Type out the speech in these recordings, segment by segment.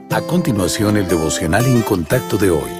A continuación, el devocional en contacto de hoy.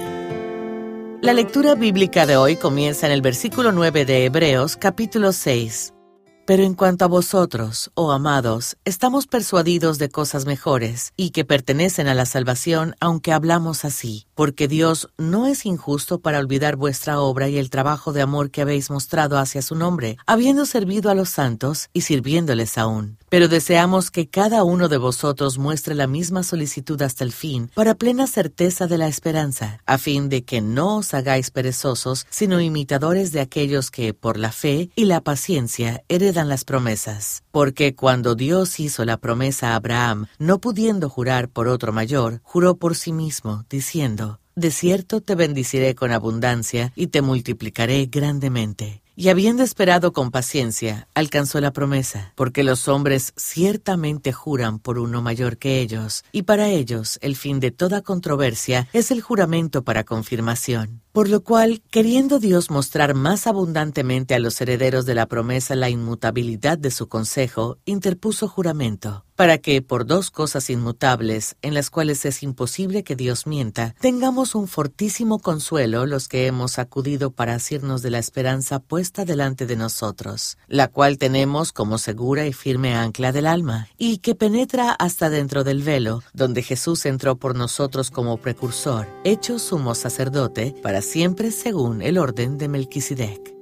La lectura bíblica de hoy comienza en el versículo 9 de Hebreos, capítulo 6. Pero en cuanto a vosotros, oh amados, estamos persuadidos de cosas mejores y que pertenecen a la salvación, aunque hablamos así, porque Dios no es injusto para olvidar vuestra obra y el trabajo de amor que habéis mostrado hacia su nombre, habiendo servido a los santos y sirviéndoles aún. Pero deseamos que cada uno de vosotros muestre la misma solicitud hasta el fin, para plena certeza de la esperanza, a fin de que no os hagáis perezosos, sino imitadores de aquellos que, por la fe y la paciencia, heredan las promesas. Porque cuando Dios hizo la promesa a Abraham, no pudiendo jurar por otro mayor, juró por sí mismo, diciendo: De cierto te bendeciré con abundancia y te multiplicaré grandemente. Y habiendo esperado con paciencia, alcanzó la promesa, porque los hombres ciertamente juran por uno mayor que ellos, y para ellos el fin de toda controversia es el juramento para confirmación. Por lo cual, queriendo Dios mostrar más abundantemente a los herederos de la promesa la inmutabilidad de su consejo, interpuso juramento, para que, por dos cosas inmutables, en las cuales es imposible que Dios mienta, tengamos un fortísimo consuelo los que hemos acudido para asirnos de la esperanza puesta delante de nosotros, la cual tenemos como segura y firme ancla del alma, y que penetra hasta dentro del velo, donde Jesús entró por nosotros como precursor, hecho sumo sacerdote, para siempre según el orden de Melquisedec.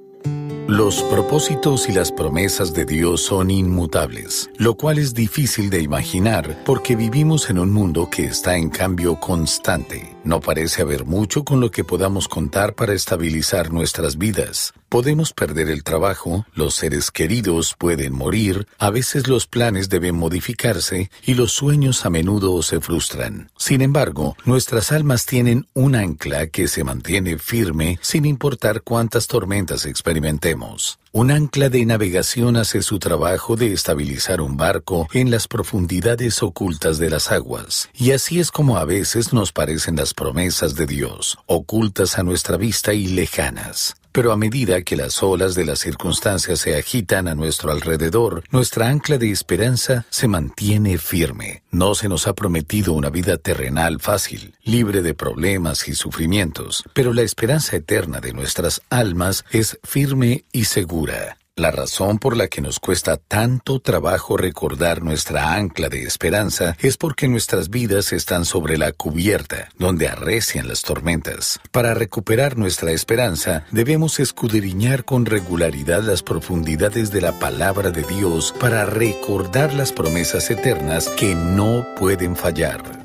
Los propósitos y las promesas de Dios son inmutables, lo cual es difícil de imaginar porque vivimos en un mundo que está en cambio constante. No parece haber mucho con lo que podamos contar para estabilizar nuestras vidas. Podemos perder el trabajo, los seres queridos pueden morir, a veces los planes deben modificarse y los sueños a menudo se frustran. Sin embargo, nuestras almas tienen un ancla que se mantiene firme sin importar cuántas tormentas experimentemos. Un ancla de navegación hace su trabajo de estabilizar un barco en las profundidades ocultas de las aguas. Y así es como a veces nos parecen las promesas de Dios, ocultas a nuestra vista y lejanas. Pero a medida que las olas de las circunstancias se agitan a nuestro alrededor, nuestra ancla de esperanza se mantiene firme. No se nos ha prometido una vida terrenal fácil, libre de problemas y sufrimientos, pero la esperanza eterna de nuestras almas es firme y segura. La razón por la que nos cuesta tanto trabajo recordar nuestra ancla de esperanza es porque nuestras vidas están sobre la cubierta, donde arrecian las tormentas. Para recuperar nuestra esperanza, debemos escudriñar con regularidad las profundidades de la palabra de Dios para recordar las promesas eternas que no pueden fallar.